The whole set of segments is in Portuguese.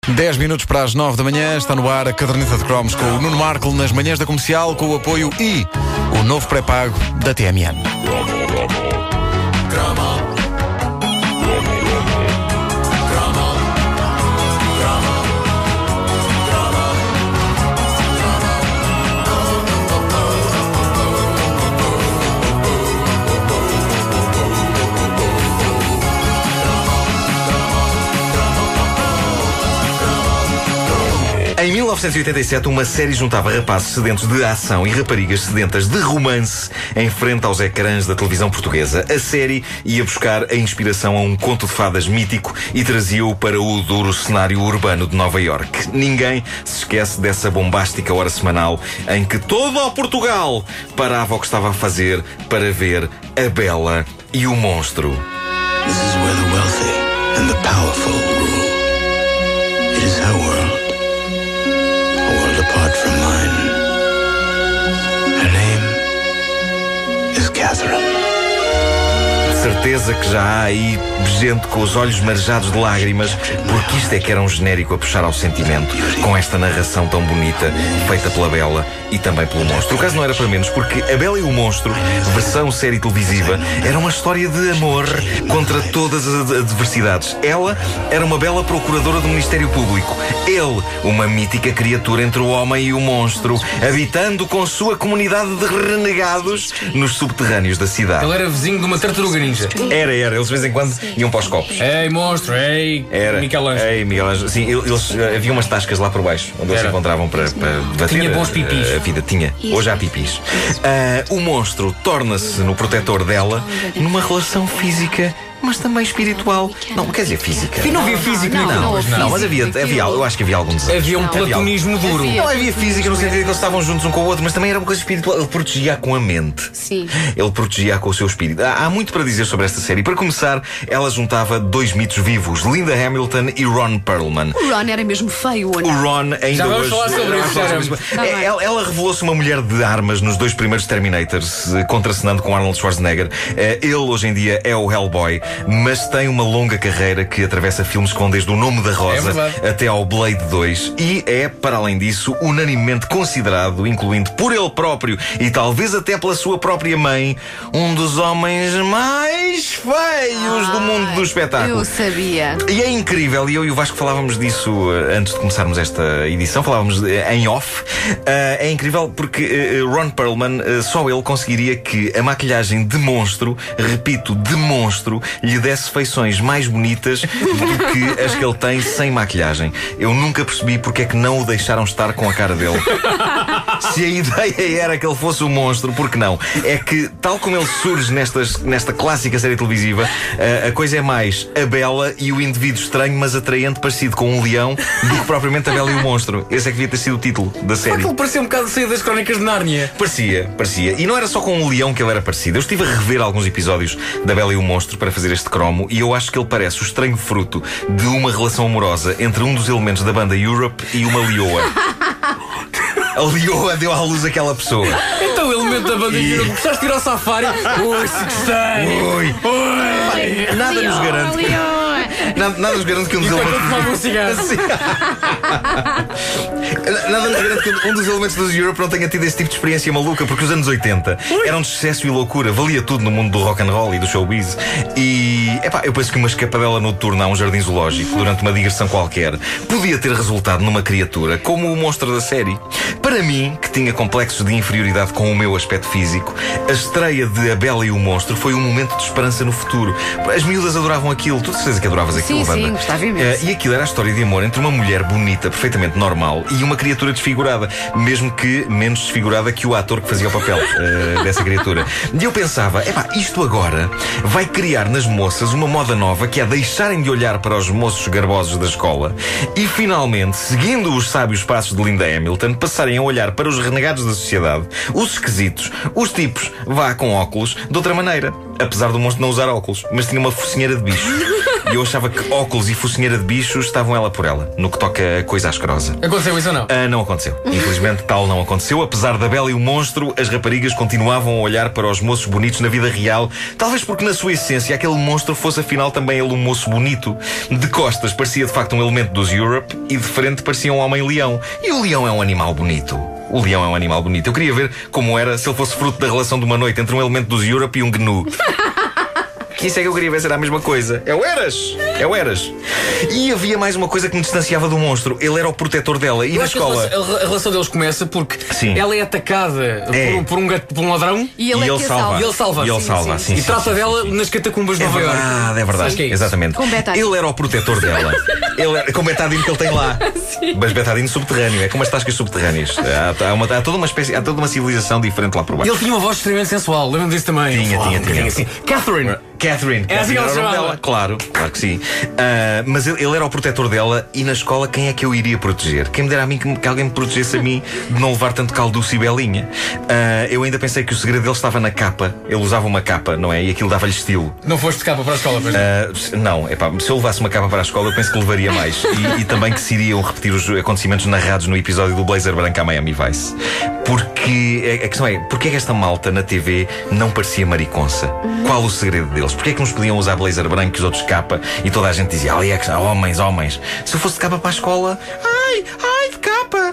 10 minutos para as 9 da manhã, está no ar a caderneta de cromos com o Nuno Marco nas manhãs da Comercial, com o apoio e o novo pré-pago da TMN. Em 1987, uma série juntava rapazes sedentos de ação e raparigas sedentas de romance em frente aos ecrãs da televisão portuguesa. A série ia buscar a inspiração a um conto de fadas mítico e trazia-o para o duro cenário urbano de Nova Iorque. Ninguém se esquece dessa bombástica hora semanal em que todo o Portugal parava o que estava a fazer para ver a Bela e o Monstro. This is where the wealthy and the powerful rule. It is her world. Apart from mine. Her name is Catherine. Certeza que já há aí gente com os olhos marejados de lágrimas, porque isto é que era um genérico a puxar ao sentimento, com esta narração tão bonita, feita pela Bela e também pelo Monstro. O caso não era para menos, porque a Bela e o Monstro, versão série televisiva, era uma história de amor contra todas as adversidades. Ela era uma bela procuradora do Ministério Público. Ele, uma mítica criatura entre o homem e o monstro, habitando com sua comunidade de renegados nos subterrâneos da cidade. Ele era vizinho de uma tartaruga ninja. Era. Eles de vez em quando iam para os copos. Ei, monstro, ei, Michelangelo. Ei, Michelangelo. Sim, havia umas tascas lá por baixo, onde eles se encontravam para bater. Tinha bons pipis. A vida tinha. Hoje há pipis. O monstro torna-se no protetor dela numa relação física, mas também espiritual. Não, quer dizer física. Não havia física, não, mas havia, eu acho que havia algum desafio. Havia um platonismo duro. Não havia física no sentido de que eles estavam juntos um com o outro, mas também era uma coisa espiritual. Ele protegia-a com a mente. Sim. Ele protegia-a com o seu espírito. Há muito para dizer sobre esta série. Para começar, ela juntava dois mitos vivos, Linda Hamilton e Ron Perlman. O Ron era mesmo feio, ou não? O Ron ainda já vamos hoje... falar sobre isso. Ela revelou-se uma mulher de armas nos dois primeiros Terminators, contracenando com Arnold Schwarzenegger. Ele hoje em dia é o Hellboy, mas tem uma longa carreira que atravessa filmes com desde O Nome da Rosa até ao Blade 2 e é, para além disso, unanimemente considerado, incluindo por ele próprio e talvez até pela sua própria mãe, um dos homens mais feios do mundo do espetáculo. Eu sabia. E é incrível, e eu e o Vasco falávamos disso antes de começarmos esta edição, falávamos em off. É incrível porque Ron Perlman, só ele conseguiria que a maquilhagem de monstro, repito, de monstro, lhe desse feições mais bonitas do que as que ele tem sem maquilhagem. Eu nunca percebi porque é que não o deixaram estar com a cara dele. Se a ideia era que ele fosse um monstro, por que não? É que, tal como ele surge nesta clássica série televisiva, a coisa é mais a Bela e o indivíduo estranho, mas atraente, parecido com um leão, do que propriamente a Bela e o Monstro. Esse é que devia ter sido o título da série. Ele parecia um bocado saído das Crónicas de Nárnia. Parecia. E não era só com um leão que ele era parecido. Eu estive a rever alguns episódios da Bela e o Monstro para fazer este cromo e eu acho que ele parece o estranho fruto de uma relação amorosa entre um dos elementos da banda Europe e uma leoa. A leoa deu à luz aquela pessoa. Então o elemento da banda Europe, gostaste de ir ao safari? Ui, se gostei! Ui! Nada nos garante. Nada nos garante que um dos elementos dos Europe não tenha tido esse tipo de experiência maluca, porque os anos 80 eram de sucesso e loucura, valia tudo no mundo do rock and roll e do showbiz. E eu penso que uma escapadela noturna a um jardim zoológico durante uma digressão qualquer podia ter resultado numa criatura como o monstro da série. Para mim, que tinha complexos de inferioridade com o meu aspecto físico, a estreia de A Bela e o Monstro foi um momento de esperança no futuro. As miúdas adoravam aquilo. Tu de certeza que adoravas aquilo, Wanda? Sim, gostava imenso. E aquilo era a história de amor entre uma mulher bonita, perfeitamente normal, e uma criatura desfigurada, mesmo que menos desfigurada que o ator que fazia o papel dessa criatura. E eu pensava, isto agora vai criar nas moças uma moda nova, que é deixarem de olhar para os moços garbosos da escola e finalmente, seguindo os sábios passos de Linda Hamilton, passarem a olhar para os renegados da sociedade, os esquisitos, os tipos, vá com óculos, de outra maneira. Apesar do monstro não usar óculos, mas tinha uma focinheira de bicho. E eu achava que óculos e focinheira de bichos estavam ela por ela, no que toca a coisa asquerosa. Aconteceu isso ou não? Não aconteceu. Infelizmente, tal não aconteceu. Apesar da Bela e o Monstro, as raparigas continuavam a olhar para os moços bonitos na vida real. Talvez porque, na sua essência, aquele monstro fosse afinal também ele um moço bonito. De costas parecia de facto um elemento dos Europe e de frente parecia um homem-leão. E o leão é um animal bonito. O leão é um animal bonito. Eu queria ver como era se ele fosse fruto da relação de uma noite entre um elemento dos Europe e um gnu. Que isso é que eu queria ver se era a mesma coisa. É o Eras! É o Eras. E havia mais uma coisa que me distanciava do monstro. Ele era o protetor dela. E Eu na acho que escola. a relação deles começa porque Sim. ela é atacada por um ladrão E ele é que a salva. e ele salva. E ele salva, sim, e sim, trata sim, dela sim. nas catacumbas de É Nova Iorque. verdade, é verdade. Acho que é isso. Exatamente. Com betadine. Ele era o protetor dela. Ele era, com betadine que ele tem lá. Mas betadine subterrâneo. É como as tascas subterrâneas. Há toda uma espécie, há toda uma civilização diferente lá por baixo. Ele tinha uma voz extremamente sensual, lembram disso também? Tinha, Oh, tinha, um bocadinho tinha. assim. Catherine! Catherine. É assim que ela se era o nome chamava. dela. Claro, claro que sim. Mas ele era o protetor dela e na escola quem é que eu iria proteger? Quem me dera a mim que alguém me protegesse a mim de não levar tanto calduço e belinha? Eu ainda pensei que o segredo dele estava na capa. Ele usava uma capa, não é? E aquilo dava-lhe estilo. Não foste de capa para a escola, pois não? Não, epá, se eu levasse uma capa para a escola, eu penso que levaria mais. E também que se iriam repetir os acontecimentos narrados no episódio do Blazer Branco à Miami Vice. Porque a questão é, porquê é que esta malta na TV não parecia mariconça? Qual o segredo deles? Porquê é que uns podiam usar blazer branco e os outros capa e toda a gente dizia, Alex, homens, homens. Se eu fosse de capa para a escola, ai de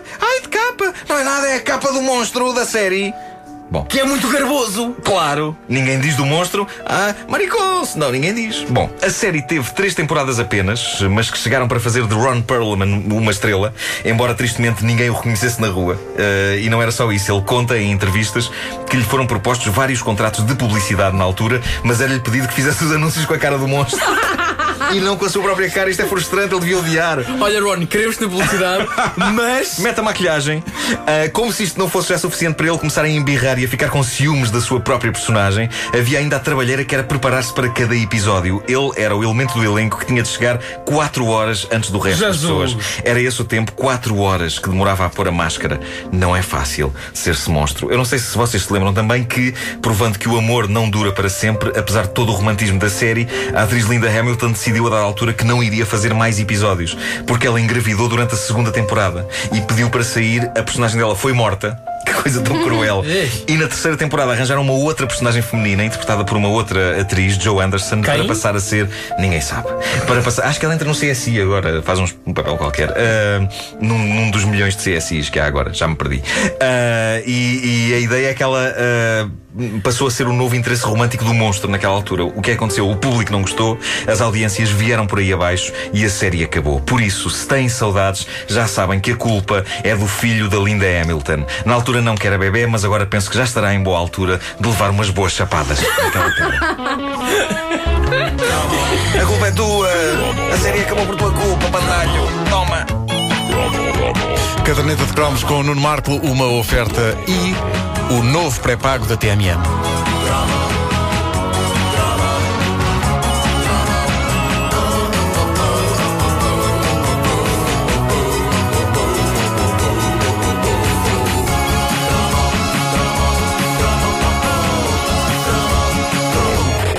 capa. Não é nada, é a capa do monstro da série. Bom, Que é muito garboso! claro, ninguém diz do monstro, mariconce. Não, ninguém diz. Bom, a série teve 3 temporadas apenas, mas que chegaram para fazer de Ron Perlman uma estrela, embora tristemente ninguém o reconhecesse na rua. E não era só isso, ele conta em entrevistas que lhe foram propostos vários contratos de publicidade na altura, mas era-lhe pedido que fizesse os anúncios com a cara do monstro. E não com a sua própria cara, isto é frustrante, ele devia odiar. Olha, Ron, queremos na publicidade, mas. Mete a maquilhagem. Como se isto não fosse já suficiente para ele começar a embirrar e a ficar com ciúmes da sua própria personagem, havia ainda a trabalheira que era preparar-se para cada episódio. Ele era o elemento do elenco que tinha de chegar 4 horas antes do resto das Jesus. pessoas. Era esse o tempo, 4 horas que demorava a pôr a máscara. Não é fácil ser-se monstro. Eu não sei se vocês se lembram também que, provando que o amor não dura para sempre, apesar de todo o romantismo da série, a atriz Linda Hamilton decidiu a dada altura que não iria fazer mais episódios, porque ela engravidou durante a 2ª temporada e pediu para sair. A personagem dela foi morta. Que coisa tão cruel. E na 3ª temporada arranjaram uma outra personagem feminina interpretada por uma outra atriz, Joe Anderson, Quem? para passar a ser... Ninguém sabe. Para passar... Acho que ela entra no CSI agora, faz um papel qualquer. Num dos milhões de CSIs que há agora, já me perdi. E a ideia é que ela passou a ser o novo interesse romântico do monstro naquela altura. O que aconteceu? O público não gostou, as audiências vieram por aí abaixo e a série acabou. Por isso, se têm saudades, já sabem que a culpa é do filho da Linda Hamilton. Na altura não que era bebê, mas agora penso que já estará em boa altura de levar umas boas chapadas naquela cara. A culpa é tua! A série acabou por tua culpa, bandalho! Toma! Caderneta de Cromos com o Nuno Marco, uma oferta e o novo pré-pago da TMN.